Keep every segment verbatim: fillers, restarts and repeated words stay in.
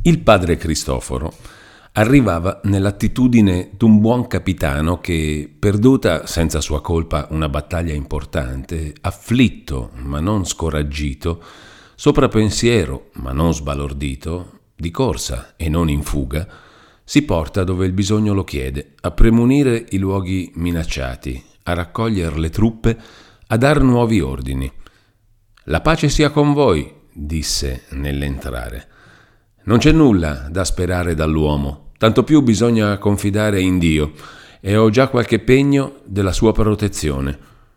Il padre Cristoforo arrivava nell'attitudine d'un buon capitano che, perduta senza sua colpa una battaglia importante, afflitto ma non scoraggito, sopra pensiero ma non sbalordito, di corsa e non in fuga, si porta dove il bisogno lo chiede, a premunire i luoghi minacciati, a raccogliere le truppe, a dar nuovi ordini. «La pace sia con voi», disse nell'entrare. «Non c'è nulla da sperare dall'uomo, tanto più bisogna confidare in Dio, e ho già qualche pegno della sua protezione».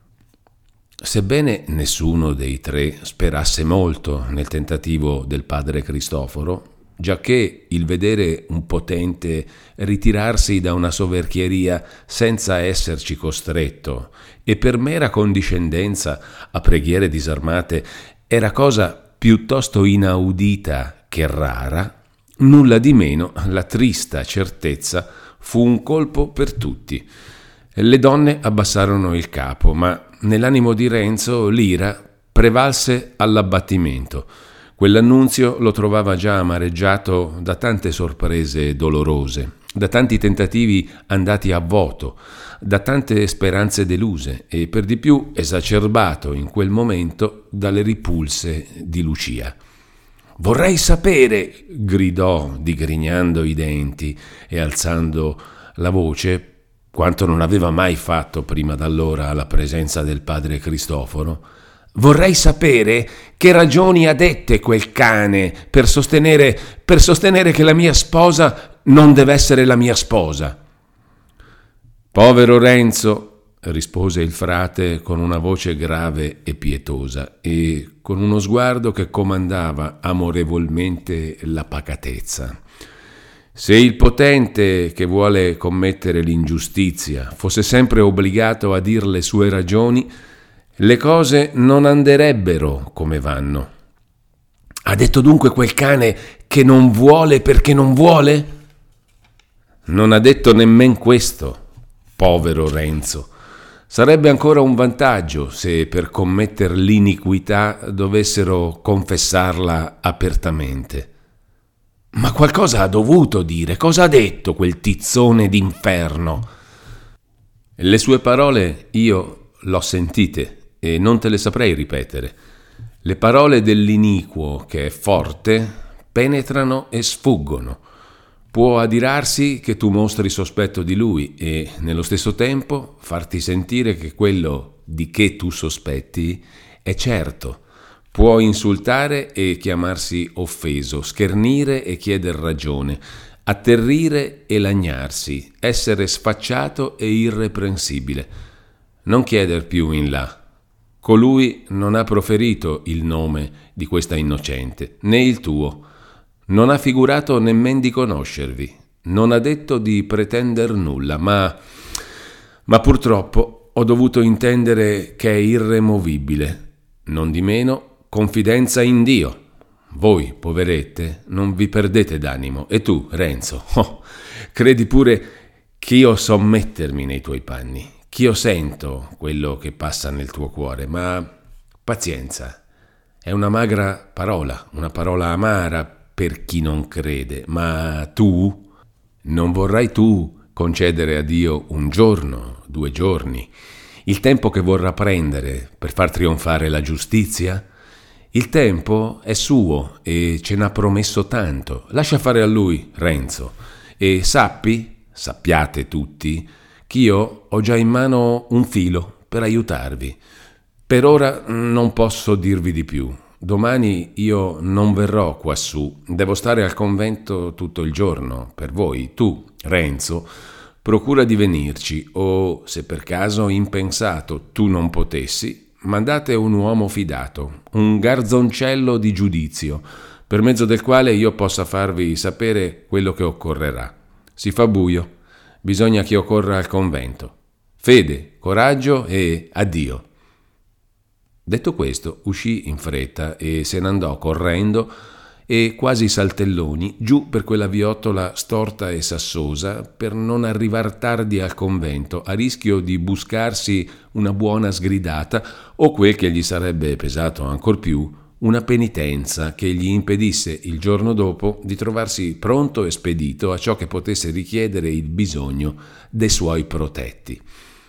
Sebbene nessuno dei tre sperasse molto nel tentativo del padre Cristoforo, giacché il vedere un potente ritirarsi da una soverchieria senza esserci costretto e per mera condiscendenza a preghiere disarmate era cosa piuttosto inaudita che rara, nulla di meno la trista certezza fu un colpo per tutti. Le donne abbassarono il capo, ma nell'animo di Renzo l'ira prevalse all'abbattimento. Quell'annunzio lo trovava già amareggiato da tante sorprese dolorose, da tanti tentativi andati a vuoto, da tante speranze deluse e per di più esacerbato in quel momento dalle ripulse di Lucia. «Vorrei sapere», gridò digrignando i denti e alzando la voce, quanto non aveva mai fatto prima d'allora alla presenza del padre Cristoforo, «vorrei sapere che ragioni ha dette quel cane per sostenere, per sostenere che la mia sposa non deve essere la mia sposa». «Povero Renzo», rispose il frate con una voce grave e pietosa e con uno sguardo che comandava amorevolmente la pacatezza. «Se il potente che vuole commettere l'ingiustizia fosse sempre obbligato a dir le sue ragioni, le cose non anderebbero come vanno». «Ha detto dunque quel cane che non vuole perché non vuole?» «Non ha detto nemmen questo, povero Renzo. Sarebbe ancora un vantaggio se per commetter l'iniquità dovessero confessarla apertamente». «Ma qualcosa ha dovuto dire. Cosa ha detto quel tizzone d'inferno?» «Le sue parole io l'ho sentite e non te le saprei ripetere. Le parole dell'iniquo che è forte penetrano e sfuggono. Può adirarsi che tu mostri sospetto di lui e, nello stesso tempo, farti sentire che quello di che tu sospetti è certo. Può insultare e chiamarsi offeso, schernire e chieder ragione, atterrire e lagnarsi, essere sfacciato e irreprensibile. Non chieder più in là. Colui non ha proferito il nome di questa innocente, né il tuo. Non ha figurato nemmen di conoscervi. Non ha detto di pretender nulla, ma, ma purtroppo ho dovuto intendere che è irremovibile. Non di meno, confidenza in Dio. Voi, poverette, non vi perdete d'animo. E tu, Renzo, oh, credi pure ch'io so mettermi nei tuoi panni, ch'io sento quello che passa nel tuo cuore, ma pazienza. È una magra parola, una parola amara per chi non crede, ma tu non vorrai tu concedere a Dio un giorno, due giorni, il tempo che vorrà prendere per far trionfare la giustizia? Il tempo è suo e ce n'ha promesso tanto. Lascia fare a lui, Renzo, e sappi, sappiate tutti, ch'io ho già in mano un filo per aiutarvi. Per ora non posso dirvi di più. Domani io non verrò quassù, devo stare al convento tutto il giorno per voi. Tu, Renzo, procura di venirci o, se per caso impensato tu non potessi, mandate un uomo fidato, un garzoncello di giudizio, per mezzo del quale io possa farvi sapere quello che occorrerà. Si fa buio, bisogna che io corra al convento. Fede, coraggio e addio». Detto questo, uscì in fretta e se n'andò correndo e quasi saltelloni giù per quella viottola storta e sassosa per non arrivar tardi al convento, a rischio di buscarsi una buona sgridata o quel che gli sarebbe pesato ancor più, una penitenza che gli impedisse il giorno dopo di trovarsi pronto e spedito a ciò che potesse richiedere il bisogno dei suoi protetti.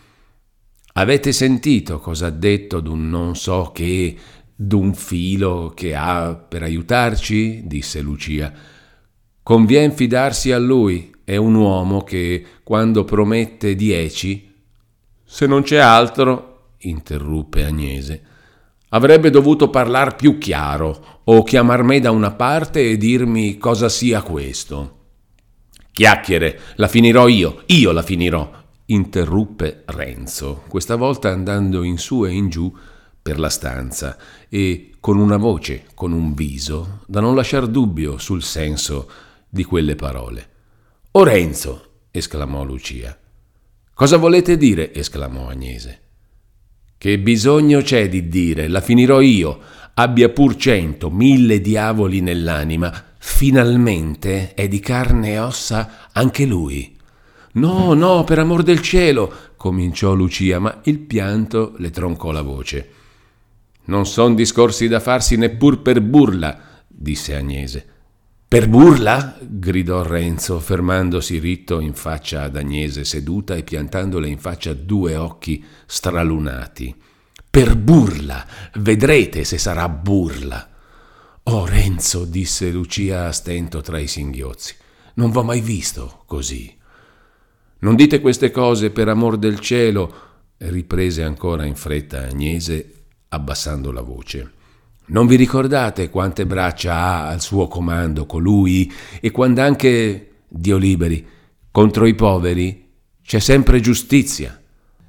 «Avete sentito cosa ha detto d'un non so che, d'un filo che ha per aiutarci?» disse Lucia. «Convien fidarsi a lui, è un uomo che, quando promette dieci...» «Se non c'è altro», interruppe Agnese, «avrebbe dovuto parlar più chiaro o chiamar me da una parte e dirmi cosa sia questo». «Chiacchiere, la finirò io, io la finirò», interruppe Renzo, questa volta andando in su e in giù per la stanza e con una voce, con un viso, da non lasciar dubbio sul senso di quelle parole. «Oh Renzo!» esclamò Lucia. «Cosa volete dire?» esclamò Agnese. «Che bisogno c'è di dire? La finirò io, abbia pur cento, mille diavoli nell'anima. Finalmente è di carne e ossa anche lui». «No, no, per amor del cielo!» cominciò Lucia, ma il pianto le troncò la voce. «Non son discorsi da farsi neppur per burla», disse Agnese. «Per burla?» gridò Renzo, fermandosi ritto in faccia ad Agnese seduta e piantandole in faccia due occhi stralunati. «Per burla! Vedrete se sarà burla!» «Oh Renzo», disse Lucia a stento tra i singhiozzi, «non v'ho mai visto così». «Non dite queste cose per amor del cielo», riprese ancora in fretta Agnese, abbassando la voce. «Non vi ricordate quante braccia ha al suo comando colui e quando anche, Dio liberi, contro i poveri c'è sempre giustizia?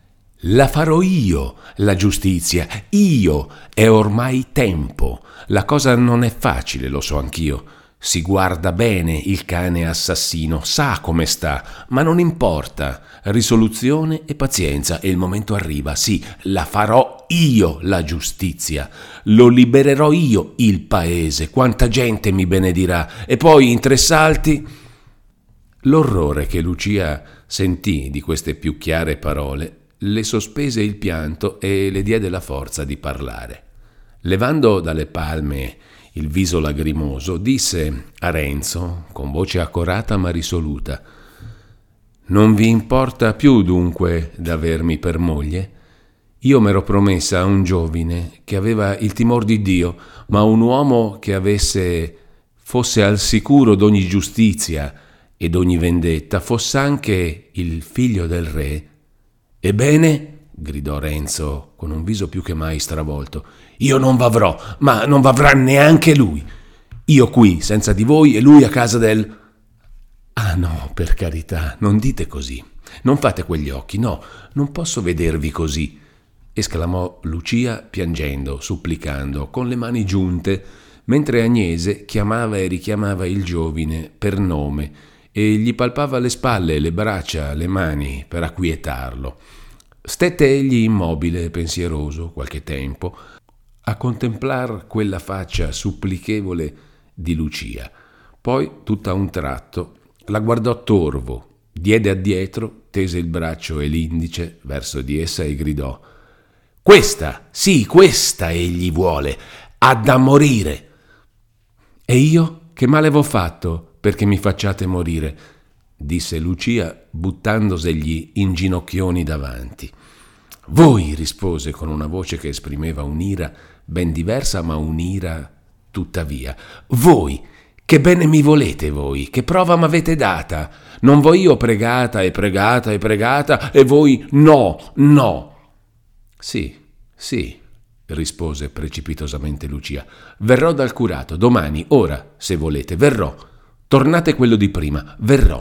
La farò io, la giustizia, io, è ormai tempo. La cosa non è facile, lo so anch'io. Si guarda bene il cane assassino, sa come sta, ma non importa. Risoluzione e pazienza e il momento arriva. Sì, la farò io la giustizia. Lo libererò io il paese. Quanta gente mi benedirà. E poi in tre salti...» L'orrore che Lucia sentì di queste più chiare parole le sospese il pianto e le diede la forza di parlare. Levando dalle palme il viso lagrimoso, disse a Renzo, con voce accorata ma risoluta: «Non vi importa più dunque d'avermi per moglie? Io m'ero promessa a un giovine che aveva il timor di Dio, ma un uomo che avesse, fosse al sicuro d'ogni giustizia e d'ogni vendetta, fosse anche il figlio del re». «Ebbene?» gridò Renzo con un viso più che mai stravolto. «Io non v'avrò, ma non v'avrà neanche lui. Io qui, senza di voi, e lui a casa del...» «Ah no, per carità, non dite così. Non fate quegli occhi, no, non posso vedervi così», esclamò Lucia piangendo, supplicando, con le mani giunte, mentre Agnese chiamava e richiamava il giovine per nome e gli palpava le spalle, le braccia, le mani per acquietarlo. Stette egli immobile e pensieroso qualche tempo a contemplar quella faccia supplichevole di Lucia. Poi, tutt'a un tratto, la guardò torvo, diede addietro, tese il braccio e l'indice verso di essa e gridò: «Questa, sì, questa egli vuole, ha da morire!» «E io che male v'ho fatto perché mi facciate morire?» disse Lucia, buttandosegli in ginocchioni davanti. «Voi», rispose con una voce che esprimeva un'ira ben diversa, ma un'ira tuttavia, «voi, che bene mi volete voi, che prova m'avete data? Non vo io pregata e pregata e pregata, e voi no, no!» «Sì, sì», rispose precipitosamente Lucia, «verrò dal curato, domani, ora, se volete, verrò. Tornate quello di prima, verrò».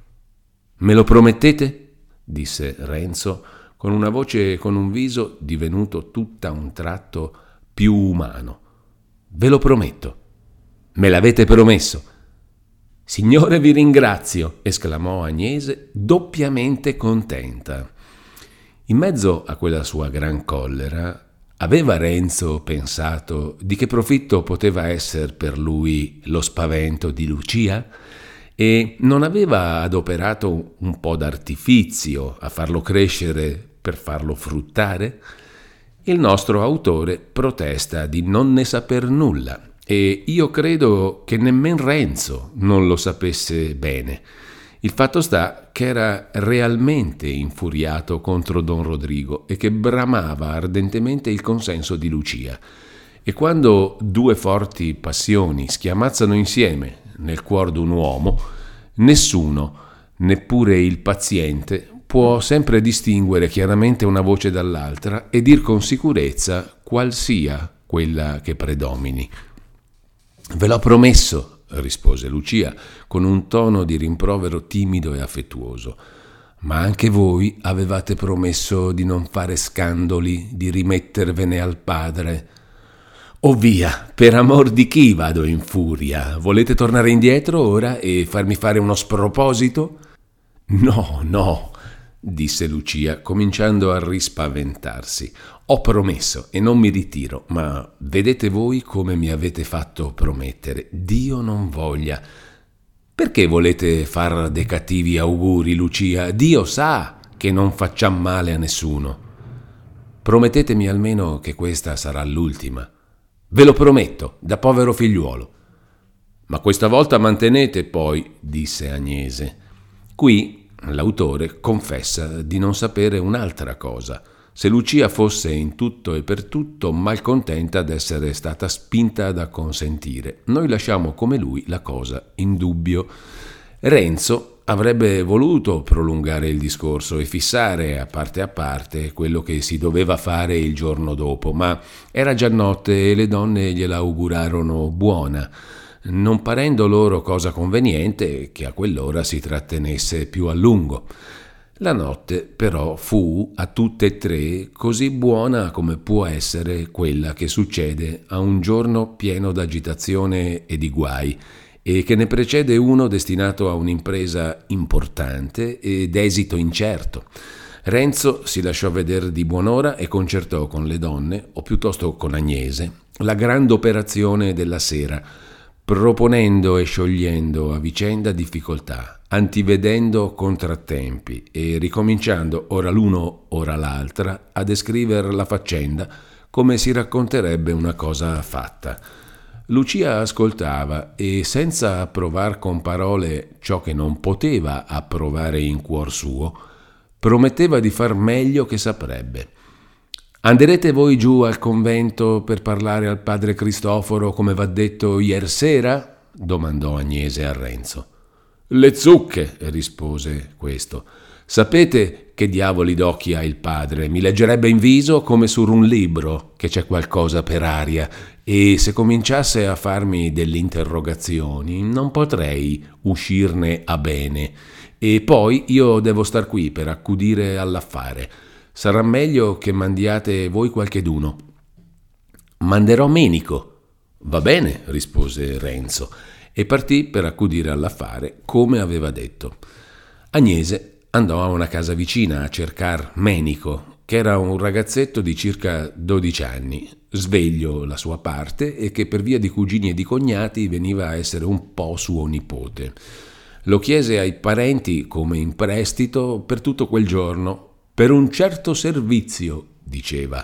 «Me lo promettete?» disse Renzo, con una voce e con un viso divenuto tutt'a un tratto più umano. «Ve lo prometto. Me l'avete promesso». «Signore, vi ringrazio», esclamò Agnese, doppiamente contenta. In mezzo a quella sua gran collera, aveva Renzo pensato di che profitto poteva essere per lui lo spavento di Lucia? E non aveva adoperato un po' d'artifizio a farlo crescere per farlo fruttare? Il nostro autore protesta di non ne saper nulla e io credo che nemmeno Renzo non lo sapesse bene. Il fatto sta che era realmente infuriato contro Don Rodrigo e che bramava ardentemente il consenso di Lucia. E quando due forti passioni schiamazzano insieme nel cuor d'un uomo, nessuno, neppure il paziente, può sempre distinguere chiaramente una voce dall'altra e dir con sicurezza qual sia quella che predomini. «Ve l'ho promesso», rispose Lucia con un tono di rimprovero timido e affettuoso. «Ma anche voi avevate promesso di non fare scandoli, di rimettervene al padre». «Oh via, per amor di chi vado in furia? Volete tornare indietro ora e farmi fare uno sproposito?» «No, no», disse Lucia, cominciando a rispaventarsi. «Ho promesso e non mi ritiro, ma vedete voi come mi avete fatto promettere. Dio non voglia. Perché volete far dei cattivi auguri, Lucia? Dio sa che non facciam male a nessuno. Promettetemi almeno che questa sarà l'ultima. Ve lo prometto, da povero figliuolo». «Ma questa volta mantenete poi», disse Agnese. Qui l'autore confessa di non sapere un'altra cosa: se Lucia fosse in tutto e per tutto malcontenta d'essere stata spinta ad acconsentire. Noi lasciamo come lui la cosa in dubbio. Renzo avrebbe voluto prolungare il discorso e fissare a parte a parte quello che si doveva fare il giorno dopo, ma era già notte e le donne gliela augurarono buona, non parendo loro cosa conveniente che a quell'ora si trattenesse più a lungo. La notte però fu a tutte e tre così buona come può essere quella che succede a un giorno pieno d'agitazione e di guai, e che ne precede uno destinato a un'impresa importante ed esito incerto. Renzo si lasciò vedere di buon'ora e concertò con le donne, o piuttosto con Agnese, la grande operazione della sera, proponendo e sciogliendo a vicenda difficoltà, antivedendo contrattempi e ricominciando ora l'uno ora l'altra a descrivere la faccenda come si racconterebbe una cosa fatta. Lucia ascoltava e, senza approvar con parole ciò che non poteva approvare in cuor suo, prometteva di far meglio che saprebbe. «Anderete voi giù al convento per parlare al padre Cristoforo come v'ha detto ier sera?» domandò Agnese a Renzo. «Le zucche», rispose questo. «Sapete che diavoli d'occhi ha il padre? Mi leggerebbe in viso come sur un libro che c'è qualcosa per aria, e se cominciasse a farmi delle interrogazioni non potrei uscirne a bene, e poi io devo star qui per accudire all'affare. Sarà meglio che mandiate voi qualcheduno». «Manderò Menico». «Va bene», rispose Renzo, e partì per accudire all'affare come aveva detto. Agnese andò a una casa vicina a cercar Menico, che era un ragazzetto di circa dodici anni, sveglio la sua parte e che per via di cugini e di cognati veniva a essere un po' suo nipote. Lo chiese ai parenti come in prestito per tutto quel giorno, per un certo servizio, diceva.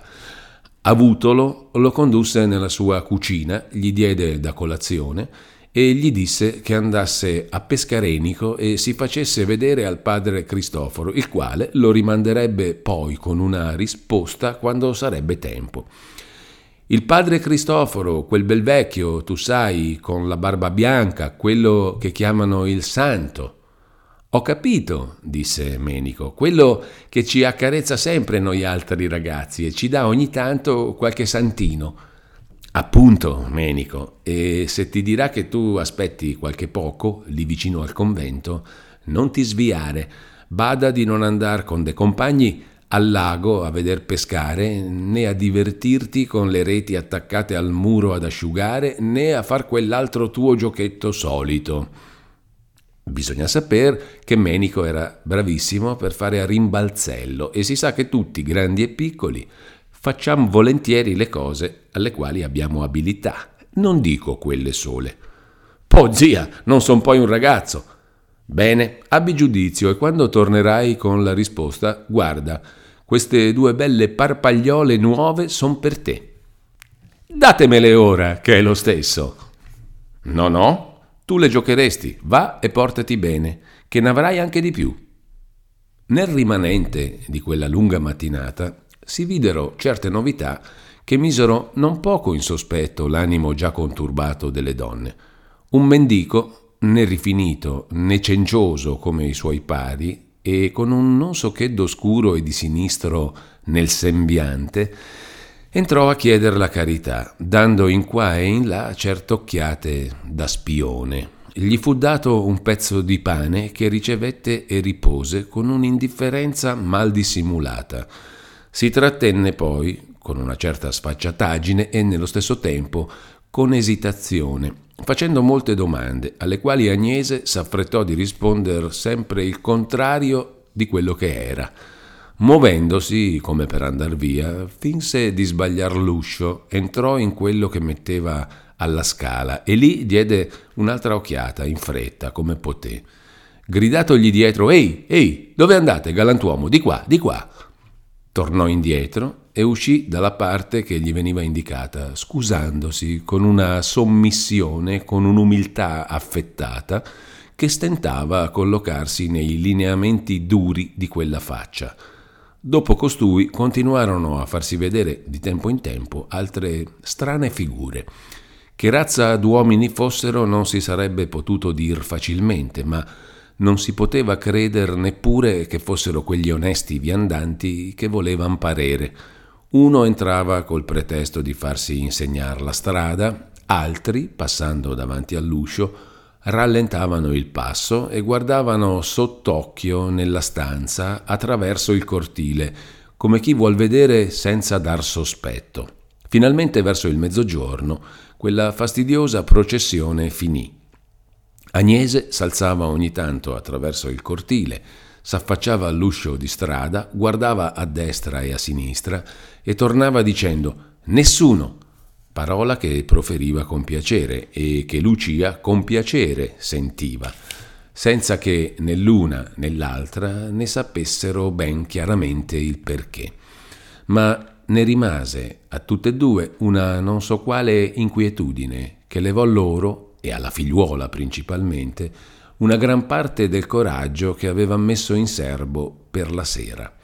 Avutolo, lo condusse nella sua cucina, gli diede da colazione e gli disse che andasse a Pescarenico e si facesse vedere al padre Cristoforo, il quale lo rimanderebbe poi con una risposta quando sarebbe tempo. «Il padre Cristoforo, quel bel vecchio, tu sai, con la barba bianca, quello che chiamano il santo». «Ho capito», disse Menico, «quello che ci accarezza sempre noi altri ragazzi e ci dà ogni tanto qualche santino». «Appunto, Menico, e se ti dirà che tu aspetti qualche poco, lì vicino al convento, non ti sviare, bada di non andar con dei compagni al lago a veder pescare, né a divertirti con le reti attaccate al muro ad asciugare, né a far quell'altro tuo giochetto solito». Bisogna saper che Menico era bravissimo per fare a rimbalzello e si sa che tutti, grandi e piccoli, facciamo volentieri le cose alle quali abbiamo abilità, non dico quelle sole. «Po zia, non son poi un ragazzo». «Bene, abbi giudizio e quando tornerai con la risposta, guarda, queste due belle parpagliole nuove son per te. Datemele ora, che è lo stesso. No, no, tu le giocheresti, va e portati bene, che ne avrai anche di più. Nel rimanente di quella lunga mattinata si videro certe novità che misero non poco in sospetto l'animo già conturbato delle donne. Un mendico, né rifinito né cencioso come i suoi pari, e con un non so che d'oscuro e di sinistro nel sembiante, entrò a chieder la carità, dando in qua e in là certe occhiate da spione. Gli fu dato un pezzo di pane che ricevette e ripose con un'indifferenza mal dissimulata. Si trattenne poi con una certa sfacciataggine e nello stesso tempo con esitazione, facendo molte domande, alle quali Agnese s'affrettò di risponder sempre il contrario di quello che era. Muovendosi, come per andar via, finse di sbagliar l'uscio, entrò in quello che metteva alla scala e lì diede un'altra occhiata in fretta, come poté. Gridatogli dietro: «Ehi, ehi, dove andate, galantuomo? Di qua, di qua!» Tornò indietro e uscì dalla parte che gli veniva indicata, scusandosi con una sommissione, con un'umiltà affettata che stentava a collocarsi nei lineamenti duri di quella faccia. Dopo costui continuarono a farsi vedere di tempo in tempo altre strane figure. Che razza d'uomini fossero non si sarebbe potuto dir facilmente, ma non si poteva creder neppure che fossero quegli onesti viandanti che volevan parere. Uno entrava col pretesto di farsi insegnar la strada, altri, passando davanti all'uscio, rallentavano il passo e guardavano sott'occhio nella stanza attraverso il cortile, come chi vuol vedere senza dar sospetto. Finalmente, verso il mezzogiorno, quella fastidiosa processione finì. Agnese s'alzava ogni tanto attraverso il cortile, s'affacciava all'uscio di strada, guardava a destra e a sinistra e tornava dicendo «Nessuno!», parola che proferiva con piacere e che Lucia con piacere sentiva, senza che né l'una né l'altra ne sapessero ben chiaramente il perché. Ma ne rimase a tutte e due una non so quale inquietudine che levò loro, e alla figliuola principalmente, una gran parte del coraggio che aveva messo in serbo per la sera.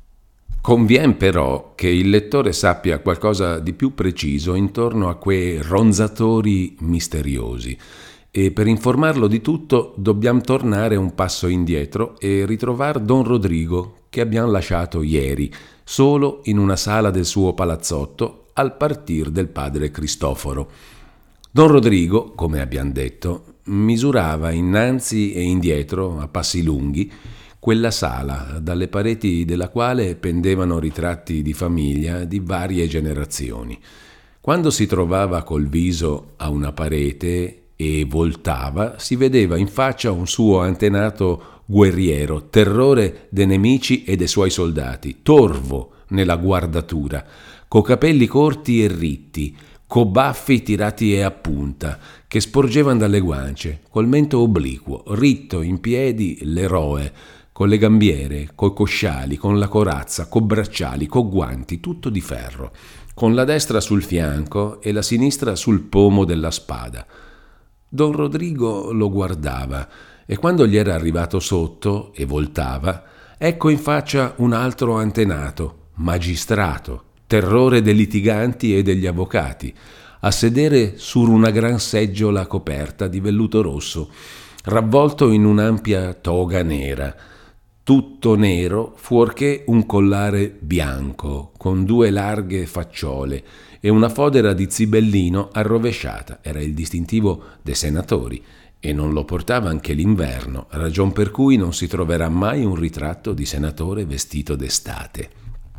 Convien però che il lettore sappia qualcosa di più preciso intorno a quei ronzatori misteriosi, e per informarlo di tutto dobbiamo tornare un passo indietro e ritrovar Don Rodrigo, che abbiamo lasciato ieri, solo in una sala del suo palazzotto al partir del padre Cristoforo. Don Rodrigo, come abbiamo detto, misurava innanzi e indietro, a passi lunghi, quella sala, dalle pareti della quale pendevano ritratti di famiglia di varie generazioni. Quando si trovava col viso a una parete e voltava, si vedeva in faccia un suo antenato guerriero, terrore dei nemici e dei suoi soldati, torvo nella guardatura, co capelli corti e ritti, co baffi tirati e a punta, che sporgevano dalle guance, col mento obliquo, ritto in piedi l'eroe, con le gambiere, coi cosciali, con la corazza, co bracciali, co guanti, tutto di ferro, con la destra sul fianco e la sinistra sul pomo della spada. Don Rodrigo lo guardava e quando gli era arrivato sotto e voltava, ecco in faccia un altro antenato, magistrato, terrore dei litiganti e degli avvocati, a sedere su una gran seggiola coperta di velluto rosso, ravvolto in un'ampia toga nera, tutto nero fuorché un collare bianco, con due larghe facciole e una fodera di zibellino arrovesciata, era il distintivo dei senatori, e non lo portava anche l'inverno, ragion per cui non si troverà mai un ritratto di senatore vestito d'estate.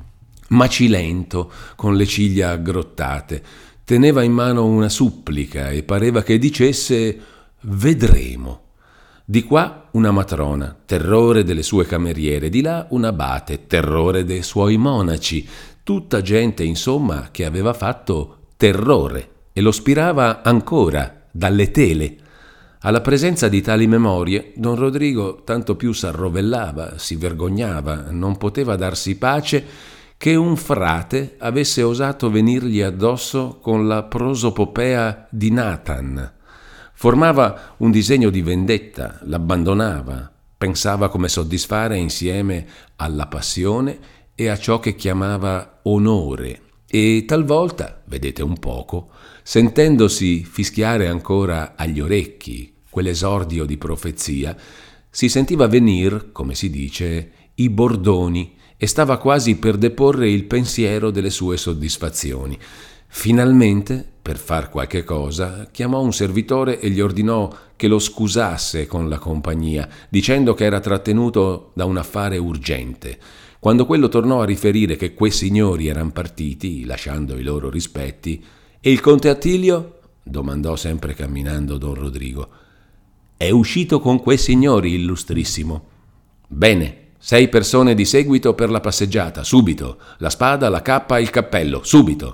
Macilento, con le ciglia aggrottate, teneva in mano una supplica e pareva che dicesse «Vedremo». Di qua una matrona, terrore delle sue cameriere, di là un abate, terrore dei suoi monaci, tutta gente insomma che aveva fatto terrore e lo spirava ancora dalle tele. Alla presenza di tali memorie, don Rodrigo tanto più s'arrovellava, si vergognava, non poteva darsi pace che un frate avesse osato venirgli addosso con la prosopopea di Nathan. Formava un disegno di vendetta, l'abbandonava, pensava come soddisfare insieme alla passione e a ciò che chiamava onore, e talvolta, vedete un poco, sentendosi fischiare ancora agli orecchi quell'esordio di profezia, si sentiva venir, come si dice, i bordoni e stava quasi per deporre il pensiero delle sue soddisfazioni. Finalmente, per far qualche cosa, chiamò un servitore e gli ordinò che lo scusasse con la compagnia, dicendo che era trattenuto da un affare urgente. Quando quello tornò a riferire che quei signori eran partiti, lasciando i loro rispetti, «E il conte Attilio?» domandò sempre camminando don Rodrigo. «È uscito con quei signori, illustrissimo». «Bene, sei persone di seguito per la passeggiata, subito, la spada, la cappa e il cappello, subito».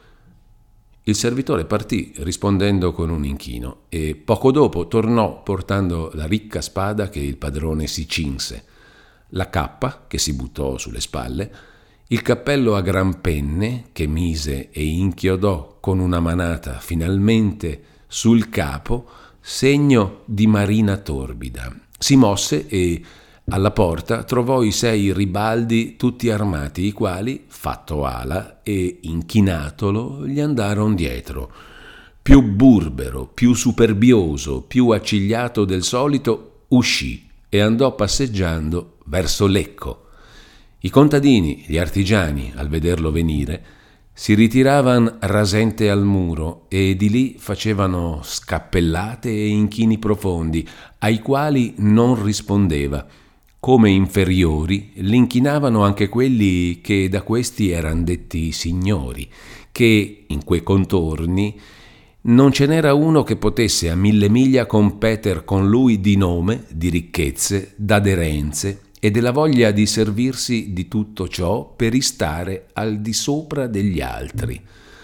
Il servitore partì rispondendo con un inchino e poco dopo tornò portando la ricca spada che il padrone si cinse, la cappa che si buttò sulle spalle, il cappello a gran penne che mise e inchiodò con una manata finalmente sul capo, segno di marina torbida. Si mosse e alla porta trovò i sei ribaldi tutti armati, i quali, fatto ala e inchinatolo, gli andaron dietro. Più burbero, più superbioso, più accigliato del solito, uscì e andò passeggiando verso Lecco. I contadini, gli artigiani, al vederlo venire, si ritiravan rasente al muro e di lì facevano scappellate e inchini profondi, ai quali non rispondeva. Come inferiori l'inchinavano anche quelli che da questi eran detti signori, che in quei contorni non ce n'era uno che potesse a mille miglia competer con lui di nome, di ricchezze, d'aderenze e della voglia di servirsi di tutto ciò per istare al di sopra degli altri.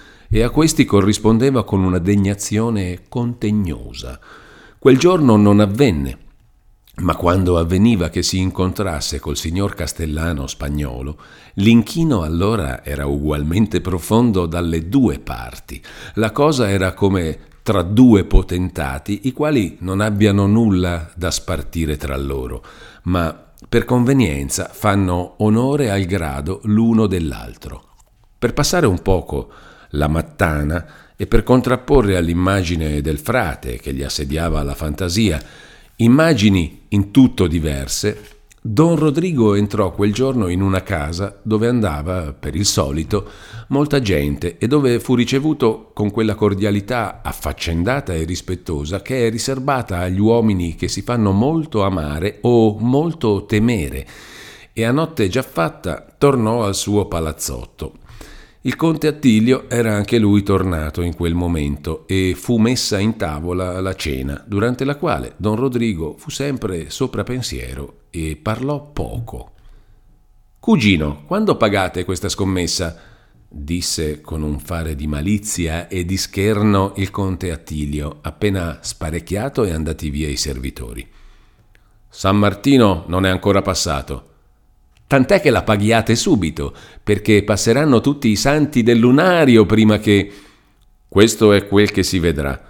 E a questi corrispondeva con una degnazione contegnosa. Quel giorno non avvenne, ma quando avveniva che si incontrasse col signor Castellano spagnolo, l'inchino allora era ugualmente profondo dalle due parti. La cosa era come tra due potentati, i quali non abbiano nulla da spartire tra loro, ma per convenienza fanno onore al grado l'uno dell'altro. Per passare un poco la mattana e per contrapporre all'immagine del frate che gli assediava la fantasia immagini in tutto diverse, don Rodrigo entrò quel giorno in una casa dove andava, per il solito, molta gente e dove fu ricevuto con quella cordialità affaccendata e rispettosa che è riservata agli uomini che si fanno molto amare o molto temere, e a notte già fatta tornò al suo palazzotto. Il conte Attilio era anche lui tornato in quel momento e fu messa in tavola la cena, durante la quale don Rodrigo fu sempre sopra pensiero e parlò poco. «Cugino, quando pagate questa scommessa?» disse con un fare di malizia e di scherno il conte Attilio, appena sparecchiato e andati via i servitori. «San Martino non è ancora passato». «Tant'è che la paghiate subito, perché passeranno tutti i santi del lunario prima che...» «Questo è quel che si vedrà».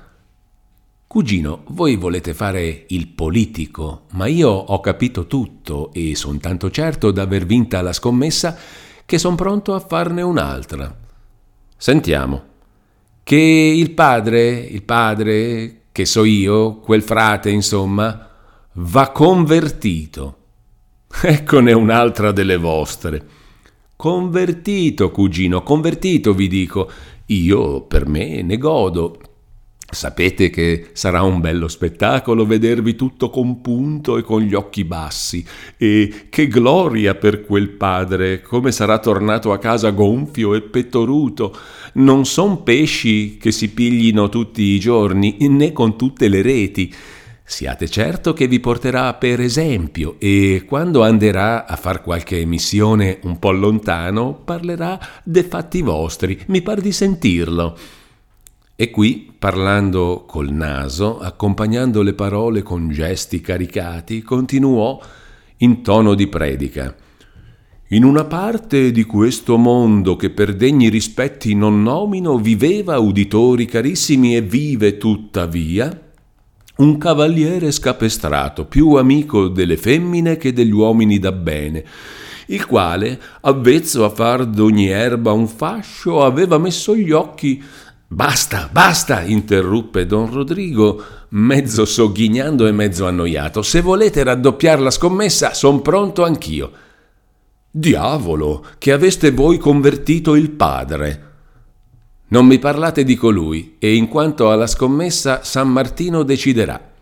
«Cugino, voi volete fare il politico, ma io ho capito tutto e son tanto certo d'aver vinta la scommessa che son pronto a farne un'altra». «Sentiamo». «Che il padre, il padre, che so io, quel frate, insomma, va convertito». «Eccone un'altra delle vostre». «Convertito, cugino, convertito, vi dico. Io per me ne godo. Sapete che sarà un bello spettacolo vedervi tutto compunto e con gli occhi bassi. E che gloria per quel padre, come sarà tornato a casa gonfio e pettoruto. Non son pesci che si piglino tutti i giorni, né con tutte le reti. Siate certo che vi porterà per esempio e quando anderà a far qualche missione un po' lontano parlerà de fatti vostri, mi par di sentirlo». E qui, parlando col naso, accompagnando le parole con gesti caricati, continuò in tono di predica. In una parte di questo mondo che per degni rispetti non nomino viveva, uditori carissimi, e vive tuttavia, un cavaliere scapestrato, più amico delle femmine che degli uomini da bene, il quale, avvezzo a far d'ogni erba un fascio, aveva messo gli occhi... «Basta, basta!» interruppe don Rodrigo, mezzo sogghignando e mezzo annoiato. «Se volete raddoppiar la scommessa, son pronto anch'io». «Diavolo, che aveste voi convertito il padre!» «Non mi parlate di colui, e in quanto alla scommessa, San Martino deciderà».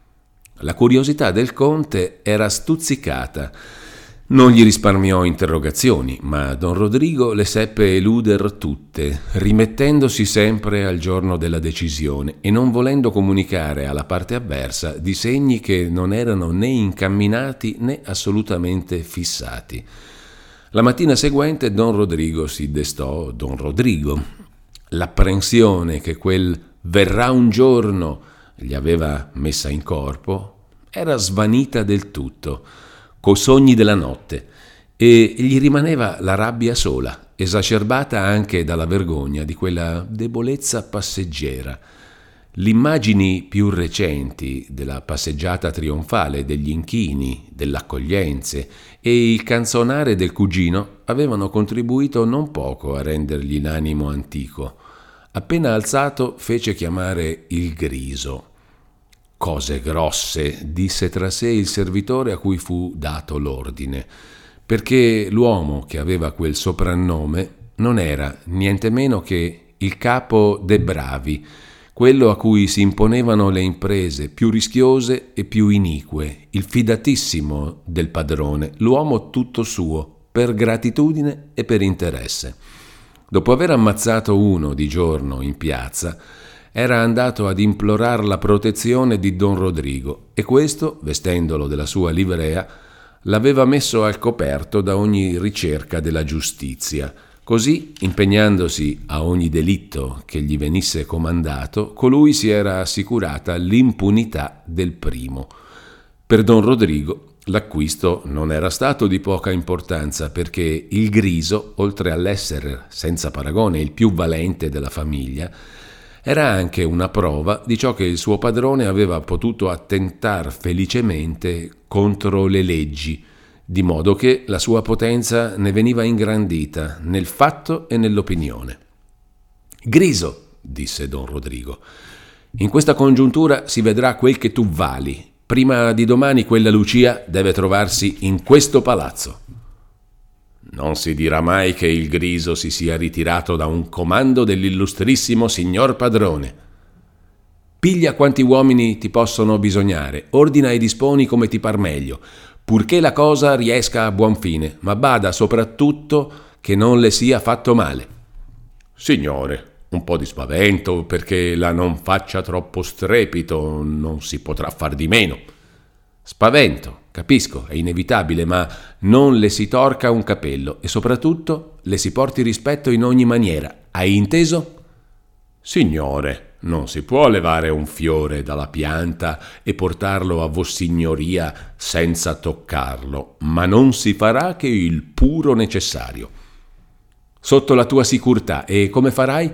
La curiosità del conte era stuzzicata. Non gli risparmiò interrogazioni, ma don Rodrigo le seppe eluder tutte, rimettendosi sempre al giorno della decisione e non volendo comunicare alla parte avversa di segni che non erano né incamminati né assolutamente fissati. La mattina seguente don Rodrigo si destò don Rodrigo. L'apprensione che quel «verrà un giorno» gli aveva messa in corpo era svanita del tutto, coi sogni della notte, e gli rimaneva la rabbia sola, esacerbata anche dalla vergogna di quella debolezza passeggera. Le immagini più recenti della passeggiata trionfale, degli inchini, delle accoglienze e il canzonare del cugino avevano contribuito non poco a rendergli l'animo antico. Appena alzato fece chiamare il Griso. «Cose grosse», disse tra sé il servitore a cui fu dato l'ordine, perché l'uomo che aveva quel soprannome non era niente meno che il capo de' bravi, quello a cui si imponevano le imprese più rischiose e più inique, il fidatissimo del padrone, l'uomo tutto suo, per gratitudine e per interesse. Dopo aver ammazzato uno di giorno in piazza, era andato ad implorar la protezione di don Rodrigo e questo, vestendolo della sua livrea, l'aveva messo al coperto da ogni ricerca della giustizia. Così, impegnandosi a ogni delitto che gli venisse comandato, colui si era assicurata l'impunità del primo. Per don Rodrigo l'acquisto non era stato di poca importanza, perché il Griso, oltre all'essere senza paragone il più valente della famiglia, era anche una prova di ciò che il suo padrone aveva potuto attentar felicemente contro le leggi, di modo che la sua potenza ne veniva ingrandita nel fatto e nell'opinione. «Griso», disse don Rodrigo, «in questa congiuntura si vedrà quel che tu vali. Prima di domani quella Lucia deve trovarsi in questo palazzo». «Non si dirà mai che il Griso si sia ritirato da un comando dell'illustrissimo signor padrone». «Piglia quanti uomini ti possono bisognare, ordina e disponi come ti par meglio, purché la cosa riesca a buon fine, ma bada soprattutto che non le sia fatto male». «Signore, un po' di spavento, perché la non faccia troppo strepito, non si potrà far di meno». «Spavento, capisco, è inevitabile, ma non le si torca un capello e soprattutto le si porti rispetto in ogni maniera. Hai inteso?» «Signore, non si può levare un fiore dalla pianta e portarlo a Vossignoria senza toccarlo, ma non si farà che il puro necessario». «Sotto la tua sicurtà, e come farai?»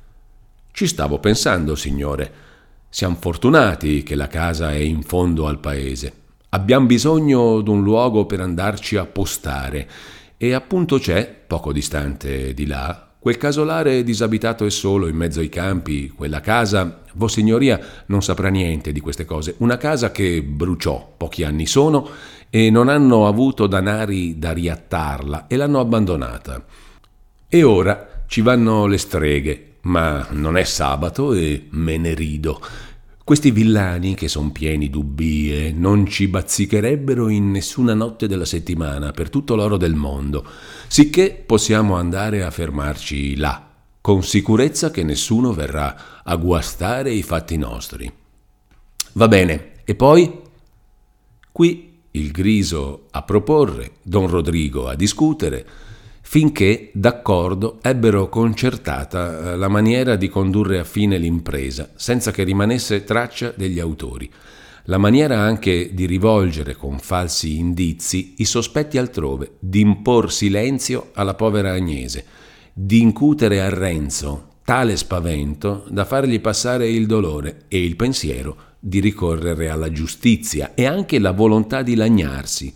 «Ci stavo pensando, signore. Siamo fortunati che la casa è in fondo al paese. Abbiamo bisogno d'un luogo per andarci a postare e appunto c'è, poco distante di là, quel casolare disabitato e solo in mezzo ai campi, quella casa, Vossignoria non saprà niente di queste cose, una casa che bruciò pochi anni sono e non hanno avuto danari da riattarla e l'hanno abbandonata. E ora ci vanno le streghe, ma non è sabato e me ne rido. Questi villani, che son pieni d'ubbie, non ci bazzicherebbero in nessuna notte della settimana per tutto l'oro del mondo, sicché possiamo andare a fermarci là, con sicurezza che nessuno verrà a guastare i fatti nostri». «Va bene, e poi?» Qui il Griso a proporre, don Rodrigo a discutere, finché, d'accordo, ebbero concertata la maniera di condurre a fine l'impresa, senza che rimanesse traccia degli autori. La maniera anche di rivolgere con falsi indizi i sospetti altrove, di impor silenzio alla povera Agnese, di incutere a Renzo tale spavento da fargli passare il dolore e il pensiero di ricorrere alla giustizia e anche la volontà di lagnarsi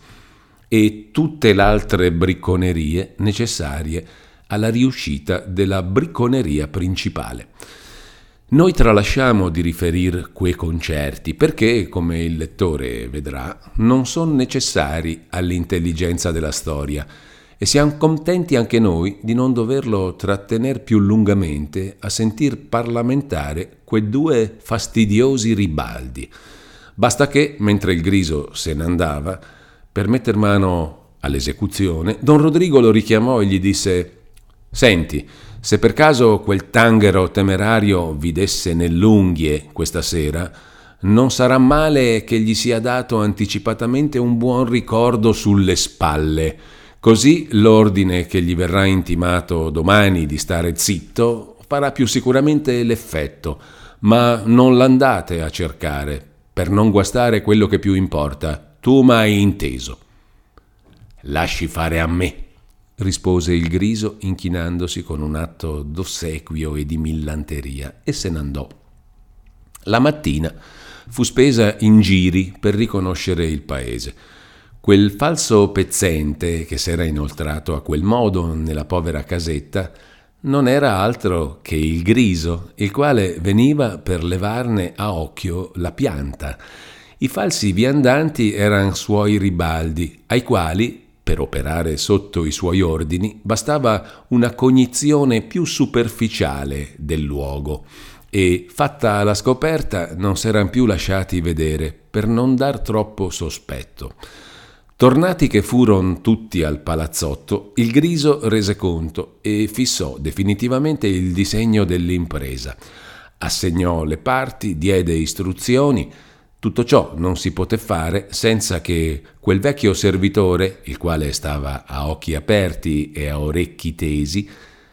e tutte le altre bricconerie necessarie alla riuscita della bricconeria principale. Noi tralasciamo di riferir quei concerti perché, come il lettore vedrà, non sono necessari all'intelligenza della storia e siamo contenti anche noi di non doverlo trattener più lungamente a sentir parlamentare quei due fastidiosi ribaldi. Basta che, mentre il Griso se ne andava, per metter mano all'esecuzione, don Rodrigo lo richiamò e gli disse: «Senti, se per caso quel tanghero temerario vi desse nell'unghie questa sera, non sarà male che gli sia dato anticipatamente un buon ricordo sulle spalle. Così l'ordine che gli verrà intimato domani di stare zitto farà più sicuramente l'effetto, ma non l'andate a cercare, per non guastare quello che più importa. Tu m'hai inteso». «Lasci fare a me», rispose il Griso inchinandosi con un atto d'ossequio e di millanteria, e se n'andò. La mattina fu spesa in giri per riconoscere il paese. Quel falso pezzente che s'era inoltrato a quel modo nella povera casetta non era altro che il Griso, il quale veniva per levarne a occhio la pianta. I falsi viandanti eran suoi ribaldi, ai quali, per operare sotto i suoi ordini, bastava una cognizione più superficiale del luogo e, fatta la scoperta, non s'eran più lasciati vedere per non dar troppo sospetto. Tornati che furon tutti al palazzotto, il Griso rese conto e fissò definitivamente il disegno dell'impresa. Assegnò le parti, diede istruzioni. Tutto ciò non si poté fare senza che quel vecchio servitore, il quale stava a occhi aperti e a orecchi tesi,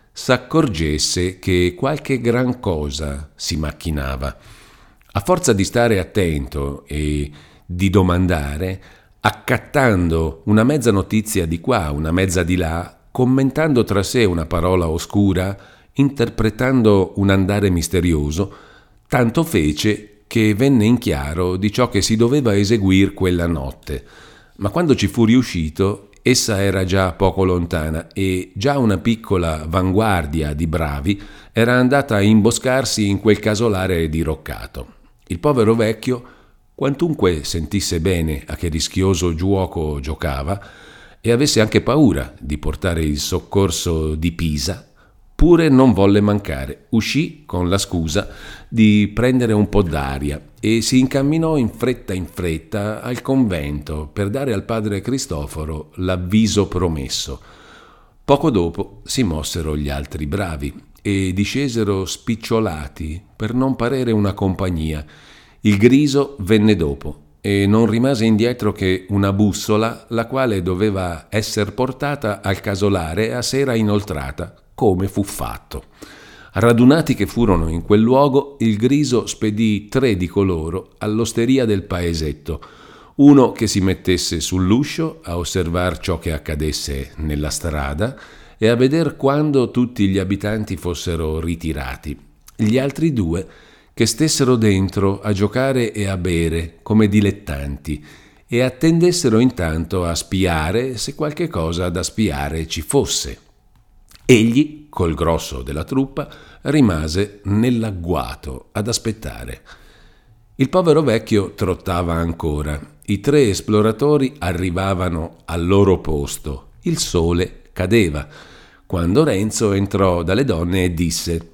s'accorgesse che qualche gran cosa si macchinava. A forza di stare attento e di domandare, accattando una mezza notizia di qua, una mezza di là, commentando tra sé una parola oscura, interpretando un andare misterioso, tanto fece che venne in chiaro di ciò che si doveva eseguir quella notte. Ma quando ci fu riuscito, essa era già poco lontana e già una piccola vanguardia di bravi era andata a imboscarsi in quel casolare diroccato. Il povero vecchio, quantunque sentisse bene a che rischioso giuoco giocava e avesse anche paura di portare il soccorso di Pisa, pure non volle mancare. Uscì con la scusa di prendere un po' d'aria e si incamminò in fretta in fretta al convento per dare al padre Cristoforo l'avviso promesso. Poco dopo si mossero gli altri bravi e discesero spicciolati per non parere una compagnia. Il Griso venne dopo e non rimase indietro che una bussola, la quale doveva esser portata al casolare a sera inoltrata, come fu fatto. Radunati che furono in quel luogo, il Griso spedì tre di coloro all'osteria del paesetto, uno che si mettesse sull'uscio a osservar ciò che accadesse nella strada e a veder quando tutti gli abitanti fossero ritirati, gli altri due che stessero dentro a giocare e a bere come dilettanti e attendessero intanto a spiare se qualche cosa da spiare ci fosse. Egli, col grosso della truppa, rimase nell'agguato ad aspettare. Il povero vecchio trottava ancora. I tre esploratori arrivavano al loro posto. Il sole cadeva, quando Renzo entrò dalle donne e disse: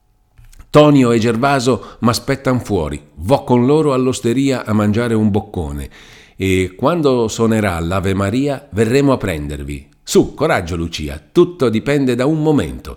«Tonio e Gervaso m'aspettan fuori, vo con loro all'osteria a mangiare un boccone e quando suonerà l'Ave Maria verremo a prendervi. Su, coraggio Lucia, tutto dipende da un momento».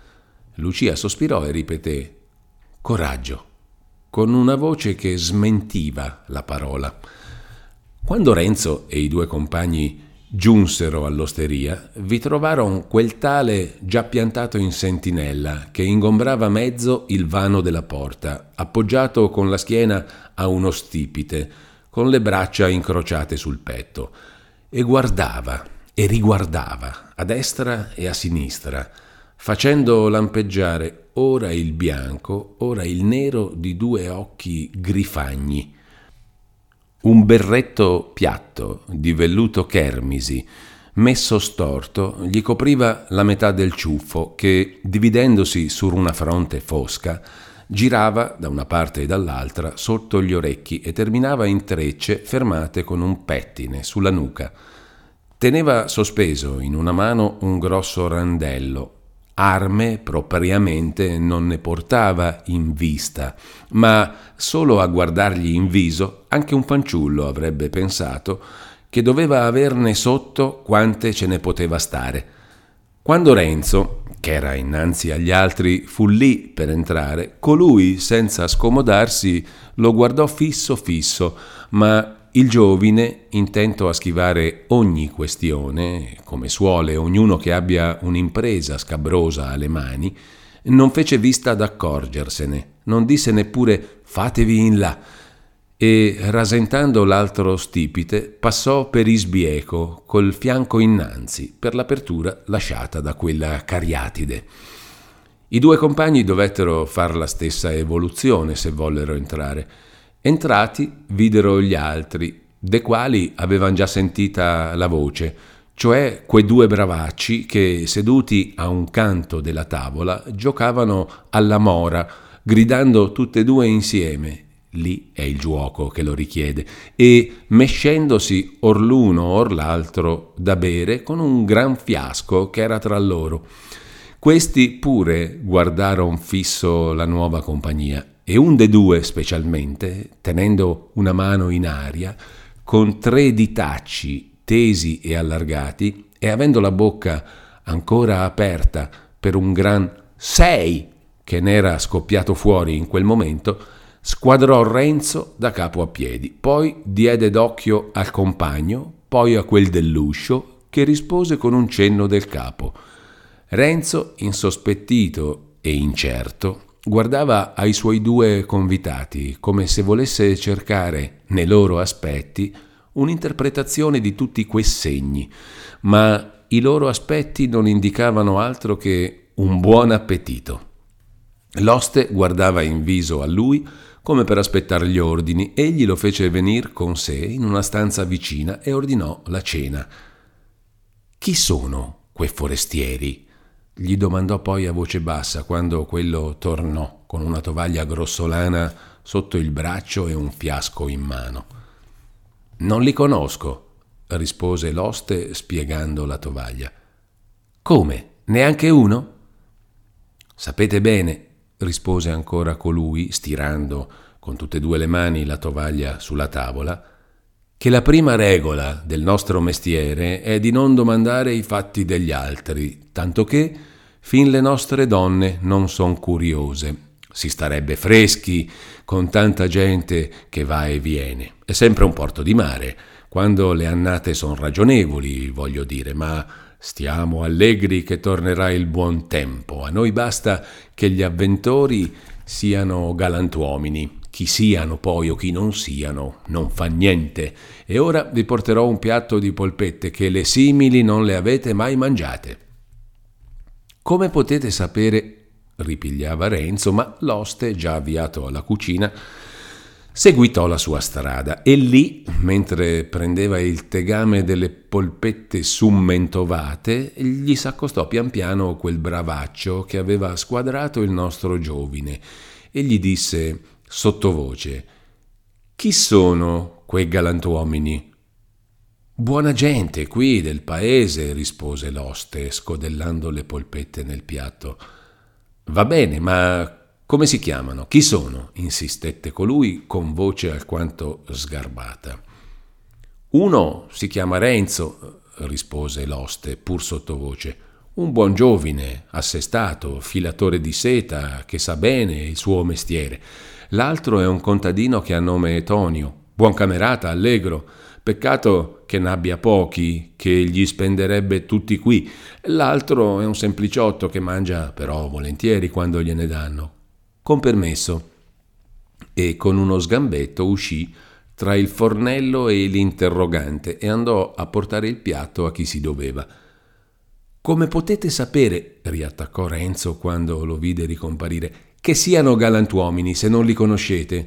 Lucia sospirò e ripeté «coraggio», con una voce che smentiva la parola. Quando Renzo e i due compagni giunsero all'osteria, vi trovarono quel tale già piantato in sentinella che ingombrava mezzo il vano della porta, appoggiato con la schiena a uno stipite, con le braccia incrociate sul petto, e guardava e riguardava a destra e a sinistra, facendo lampeggiare ora il bianco, ora il nero di due occhi grifagni. Un berretto piatto di velluto chermisi, messo storto, gli copriva la metà del ciuffo che, dividendosi su una fronte fosca, girava da una parte e dall'altra sotto gli orecchi e terminava in trecce fermate con un pettine sulla nuca. Teneva sospeso in una mano un grosso randello. Arme propriamente non ne portava in vista, ma solo a guardargli in viso anche un fanciullo avrebbe pensato che doveva averne sotto quante ce ne poteva stare. Quando Renzo, che era innanzi agli altri, fu lì per entrare, colui, senza scomodarsi, lo guardò fisso fisso, ma il giovine, intento a schivare ogni questione, come suole ognuno che abbia un'impresa scabrosa alle mani, non fece vista ad accorgersene, non disse neppure «fatevi in là», e, rasentando l'altro stipite, passò per isbieco, col fianco innanzi, per l'apertura lasciata da quella cariatide. I due compagni dovettero far la stessa evoluzione se vollero entrare. Entrati, videro gli altri, de quali avevan già sentita la voce, cioè quei due bravacci che, seduti a un canto della tavola, giocavano alla mora, gridando tutte e due insieme. Lì è il giuoco che lo richiede, e mescendosi or l'uno or l'altro da bere con un gran fiasco che era tra loro. Questi pure guardaron fisso la nuova compagnia, e un de due specialmente, tenendo una mano in aria, con tre ditacci tesi e allargati, e avendo la bocca ancora aperta per un gran sei che n'era scoppiato fuori in quel momento, squadrò Renzo da capo a piedi, poi diede d'occhio al compagno, poi a quel dell'uscio, che rispose con un cenno del capo. Renzo, insospettito e incerto, guardava ai suoi due convitati come se volesse cercare nei loro aspetti un'interpretazione di tutti quei segni, ma i loro aspetti non indicavano altro che un buon appetito. L'oste guardava in viso a lui come per aspettare gli ordini. Egli lo fece venir con sé in una stanza vicina e ordinò la cena. «Chi sono quei forestieri?» gli domandò poi a voce bassa quando quello tornò con una tovaglia grossolana sotto il braccio e un fiasco in mano. «Non li conosco», rispose l'oste spiegando la tovaglia. «Come? Neanche uno?» «Sapete bene», rispose ancora colui, stirando con tutte e due le mani la tovaglia sulla tavola, «che la prima regola del nostro mestiere è di non domandare i fatti degli altri, tanto che fin le nostre donne non son curiose. Si starebbe freschi con tanta gente che va e viene. È sempre un porto di mare, quando le annate son ragionevoli, voglio dire, ma stiamo allegri che tornerà il buon tempo. A noi basta che gli avventori siano galantuomini. Chi siano poi o chi non siano, non fa niente. E ora vi porterò un piatto di polpette che le simili non le avete mai mangiate». «Come potete sapere?» ripigliava Renzo, ma l'oste, già avviato alla cucina, seguitò la sua strada, e lì, mentre prendeva il tegame delle polpette summentovate, gli s'accostò pian piano quel bravaccio che aveva squadrato il nostro giovine e gli disse sottovoce: «Chi sono quei galantuomini?» «Buona gente qui del paese», rispose l'oste, scodellando le polpette nel piatto. «Va bene, ma come si chiamano? Chi sono?» insistette colui con voce alquanto sgarbata. «Uno si chiama Renzo», rispose l'oste, pur sottovoce. «Un buon giovine, assestato, filatore di seta, che sa bene il suo mestiere. L'altro è un contadino che ha nome Tonio, buon camerata, allegro, Peccato che n'abbia pochi, che gli spenderebbe tutti qui. L'altro è un sempliciotto che mangia però volentieri quando gliene danno. Con permesso. E con uno sgambetto uscì tra il fornello e l'interrogante e andò a portare il piatto a chi si doveva. «Come potete sapere», riattaccò Renzo quando lo vide ricomparire, «che siano galantuomini se non li conoscete?»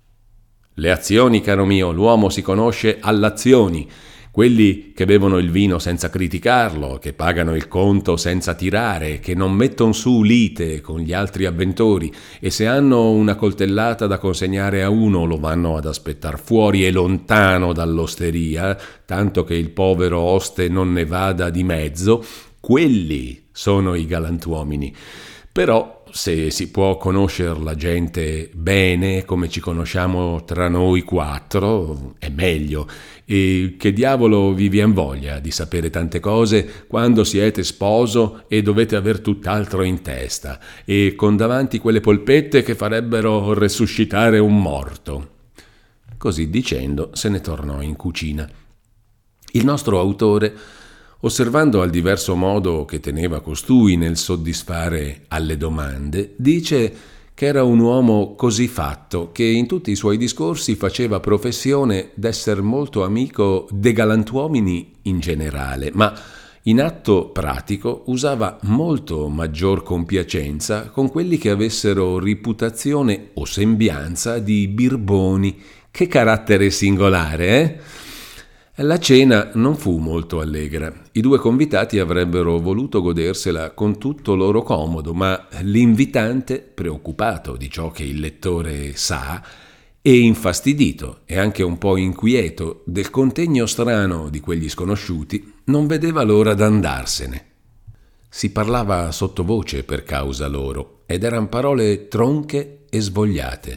«Le azioni, caro mio, l'uomo si conosce all'azioni. Quelli che bevono il vino senza criticarlo, che pagano il conto senza tirare, che non metton su lite con gli altri avventori e se hanno una coltellata da consegnare a uno lo vanno ad aspettar fuori e lontano dall'osteria, tanto che il povero oste non ne vada di mezzo, quelli sono i galantuomini. Però se si può conoscere la gente bene, come ci conosciamo tra noi quattro, è meglio. E che diavolo vi vien voglia di sapere tante cose quando siete sposo e dovete aver tutt'altro in testa, e con davanti quelle polpette che farebbero resuscitare un morto». Così dicendo se ne tornò in cucina. Il nostro autore, osservando al diverso modo che teneva costui nel soddisfare alle domande, dice che era un uomo così fatto che in tutti i suoi discorsi faceva professione d'esser molto amico de galantuomini in generale, ma in atto pratico usava molto maggior compiacenza con quelli che avessero reputazione o sembianza di birboni. Che carattere singolare, eh? La cena non fu molto allegra. I due convitati avrebbero voluto godersela con tutto loro comodo, ma l'invitante, preoccupato di ciò che il lettore sa, e infastidito e anche un po' inquieto del contegno strano di quegli sconosciuti, non vedeva l'ora d'andarsene. Si parlava sottovoce per causa loro, ed eran parole tronche e svogliate.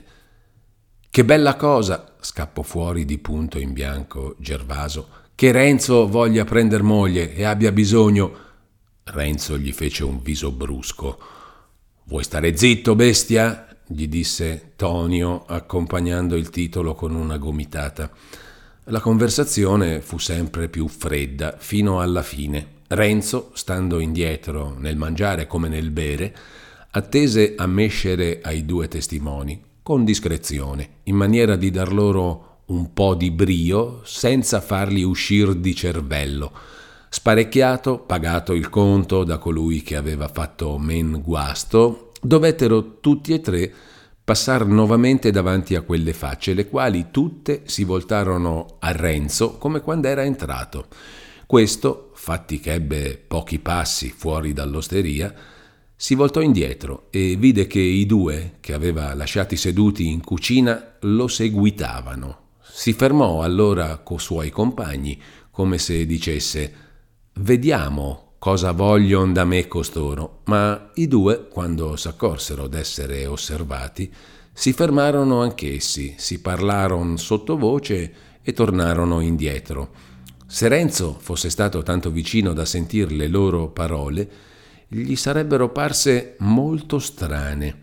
«Che bella cosa», scappò fuori di punto in bianco Gervaso, «che Renzo voglia prender moglie e abbia bisogno». Renzo gli fece un viso brusco. «Vuoi stare zitto, bestia?» gli disse Tonio, accompagnando il titolo con una gomitata. La conversazione fu sempre più fredda fino alla fine. Renzo, stando indietro nel mangiare come nel bere, attese a mescere ai due testimoni con discrezione, in maniera di dar loro un po' di brio senza farli uscir di cervello. Sparecchiato, pagato il conto da colui che aveva fatto men guasto, dovettero tutti e tre passar novamente davanti a quelle facce, le quali tutte si voltarono a Renzo come quando era entrato. Questo, fatti che ebbe pochi passi fuori dall'osteria, si voltò indietro e vide che i due, che aveva lasciati seduti in cucina, lo seguitavano. Si fermò allora co' suoi compagni, come se dicesse: «Vediamo cosa voglion da me costoro». Ma i due, quando s'accorsero d'essere osservati, si fermarono anch'essi, si parlaron sottovoce e tornarono indietro. Se Renzo fosse stato tanto vicino da sentir le loro parole, gli sarebbero parse molto strane.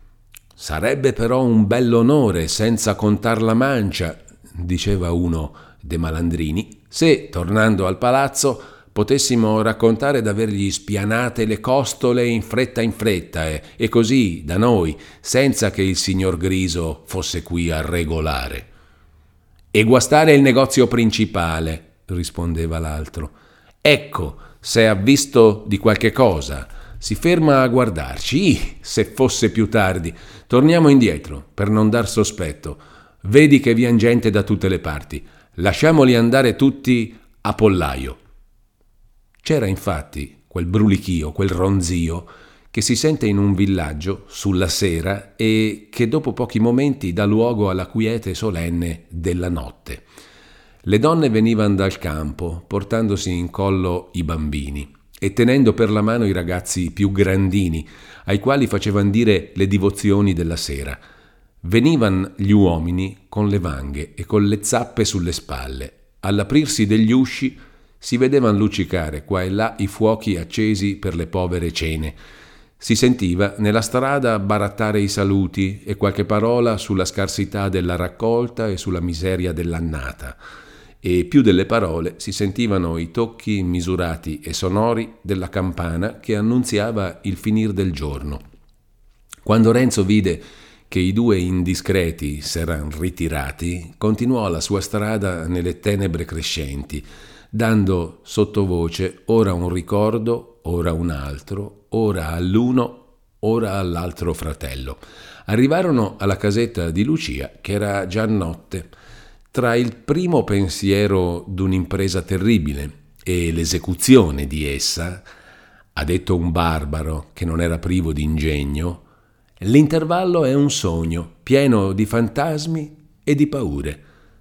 «Sarebbe però un bell'onore, senza contar la mancia», diceva uno de Malandrini, «se, tornando al palazzo, potessimo raccontare d'avergli spianate le costole in fretta in fretta e, e così, da noi, senza che il signor Griso fosse qui a regolare». «E guastare il negozio principale», rispondeva l'altro. «Ecco, se ha visto di qualche cosa, si ferma a guardarci. Ih, se fosse più tardi. Torniamo indietro, per non dar sospetto. Vedi che vien gente da tutte le parti. Lasciamoli andare tutti a pollaio». C'era infatti quel brulichio, quel ronzio, che si sente in un villaggio sulla sera e che dopo pochi momenti dà luogo alla quiete solenne della notte. Le donne venivano dal campo, portandosi in collo i bambini e tenendo per la mano i ragazzi più grandini, ai quali facevano dire le divozioni della sera. Venivan gli uomini con le vanghe e con le zappe sulle spalle. All'aprirsi degli usci si vedevan luccicare qua e là i fuochi accesi per le povere cene. Si sentiva nella strada barattare i saluti e qualche parola sulla scarsità della raccolta e sulla miseria dell'annata. e più delle parole si sentivano i tocchi misurati e sonori della campana che annunziava il finir del giorno. Quando Renzo vide che i due indiscreti s'eran ritirati, continuò la sua strada nelle tenebre crescenti, dando sottovoce ora un ricordo, ora un altro, ora all'uno, ora all'altro fratello. Arrivarono alla casetta di Lucia, che era già notte. Tra il primo pensiero d'un'impresa terribile e l'esecuzione di essa, ha detto un barbaro che non era privo di ingegno, l'intervallo è un sogno pieno di fantasmi e di paure.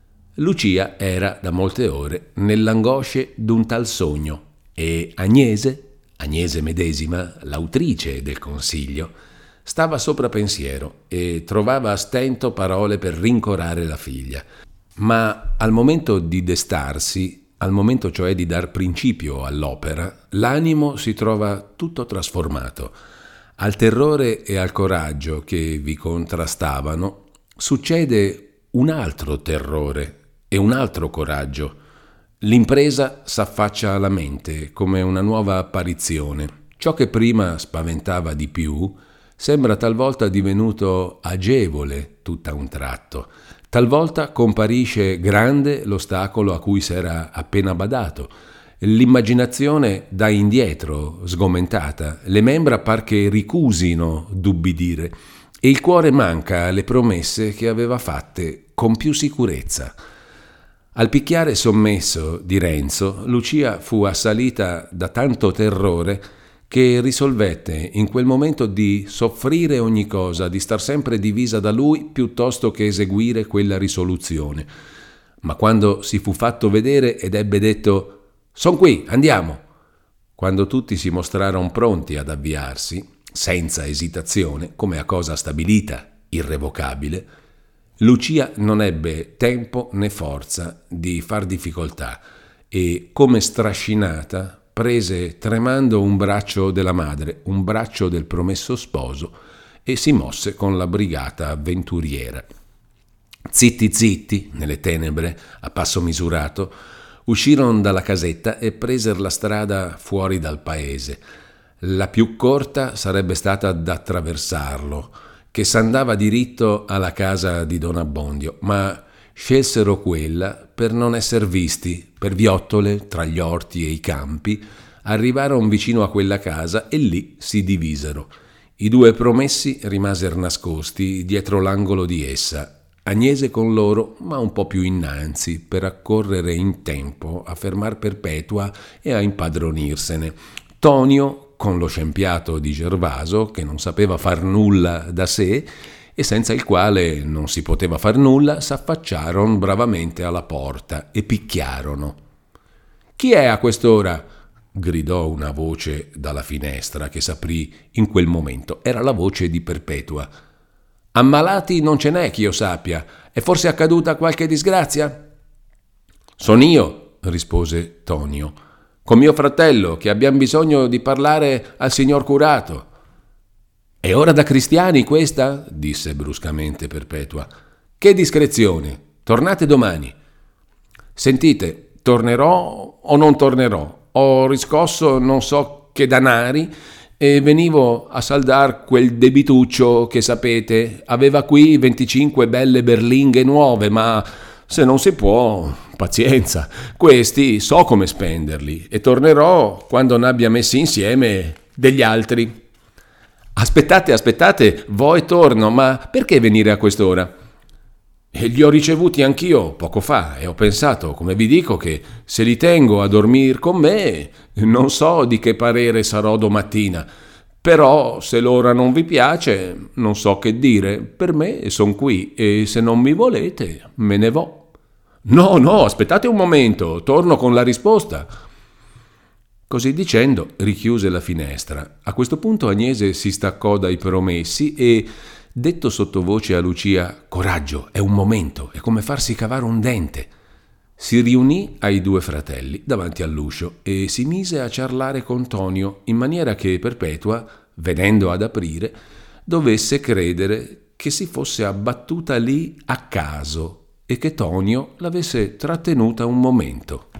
Lucia era da molte ore nell'angosce d'un tal sogno e Agnese, Agnese medesima, l'autrice del consiglio, stava sopra pensiero e trovava a stento parole per rincorare la figlia. Ma al momento di destarsi, al momento cioè di dar principio all'opera, l'animo si trova tutto trasformato. Al terrore e al coraggio che vi contrastavano succede un altro terrore e un altro coraggio. L'impresa s'affaccia alla mente come una nuova apparizione. Ciò che prima spaventava di più sembra talvolta divenuto agevole tutta un tratto. Talvolta comparisce grande l'ostacolo a cui s'era appena badato. L'immaginazione dà indietro, sgomentata, le membra par che ricusino d'ubbidire e il cuore manca alle promesse che aveva fatte con più sicurezza. Al picchiare sommesso di Renzo, Lucia fu assalita da tanto terrore che risolvette in quel momento di soffrire ogni cosa, di star sempre divisa da lui piuttosto che eseguire quella risoluzione. Ma quando si fu fatto vedere ed ebbe detto «Son qui, andiamo!», quando tutti si mostrarono pronti ad avviarsi, senza esitazione, come a cosa stabilita, irrevocabile, Lucia non ebbe tempo né forza di far difficoltà e, come strascinata, prese tremando un braccio della madre, un braccio del promesso sposo e si mosse con la brigata avventuriera. Zitti zitti, nelle tenebre, a passo misurato, uscirono dalla casetta e presero la strada fuori dal paese. La più corta sarebbe stata da attraversarlo, che s'andava diritto alla casa di Don Abbondio, ma scelsero quella per non esser visti. Per viottole, tra gli orti e i campi, arrivarono vicino a quella casa e lì si divisero. I due promessi rimasero nascosti dietro l'angolo di essa, Agnese con loro, ma un po' più innanzi, per accorrere in tempo a fermar Perpetua e a impadronirsene. Tonio, con lo scempiato di Gervaso, che non sapeva far nulla da sé, e senza il quale non si poteva far nulla, s'affacciarono bravamente alla porta e picchiarono. «Chi è a quest'ora?» gridò una voce dalla finestra che s'aprì in quel momento. Era la voce di Perpetua. «Ammalati non ce n'è, ch'io sappia. È forse accaduta qualche disgrazia?» «Son io», rispose Tonio, «con mio fratello, che abbiamo bisogno di parlare al signor curato». «È ora da cristiani questa?» disse bruscamente Perpetua. «Che discrezione! Tornate domani». «Sentite, tornerò o non tornerò? Ho riscosso non so che danari e venivo a saldar quel debituccio che sapete. Aveva qui venticinque belle berlinghe nuove, ma se non si può, pazienza. Questi so come spenderli e tornerò quando ne abbia messi insieme degli altri». «Aspettate, aspettate, vo e torno, ma perché venire a quest'ora?» «E li ho ricevuti anch'io poco fa e ho pensato, come vi dico, che se li tengo a dormir con me, non so di che parere sarò domattina. Però se l'ora non vi piace, non so che dire, per me son qui e se non mi volete me ne vo». «No, no, aspettate un momento, torno con la risposta». Così dicendo richiuse la finestra. A questo punto Agnese si staccò dai promessi e, detto sottovoce a Lucia «Coraggio, è un momento, è come farsi cavare un dente», si riunì ai due fratelli davanti all'uscio e si mise a ciarlare con Tonio in maniera che Perpetua, venendo ad aprire, dovesse credere che si fosse abbattuta lì a caso e che Tonio l'avesse trattenuta un momento.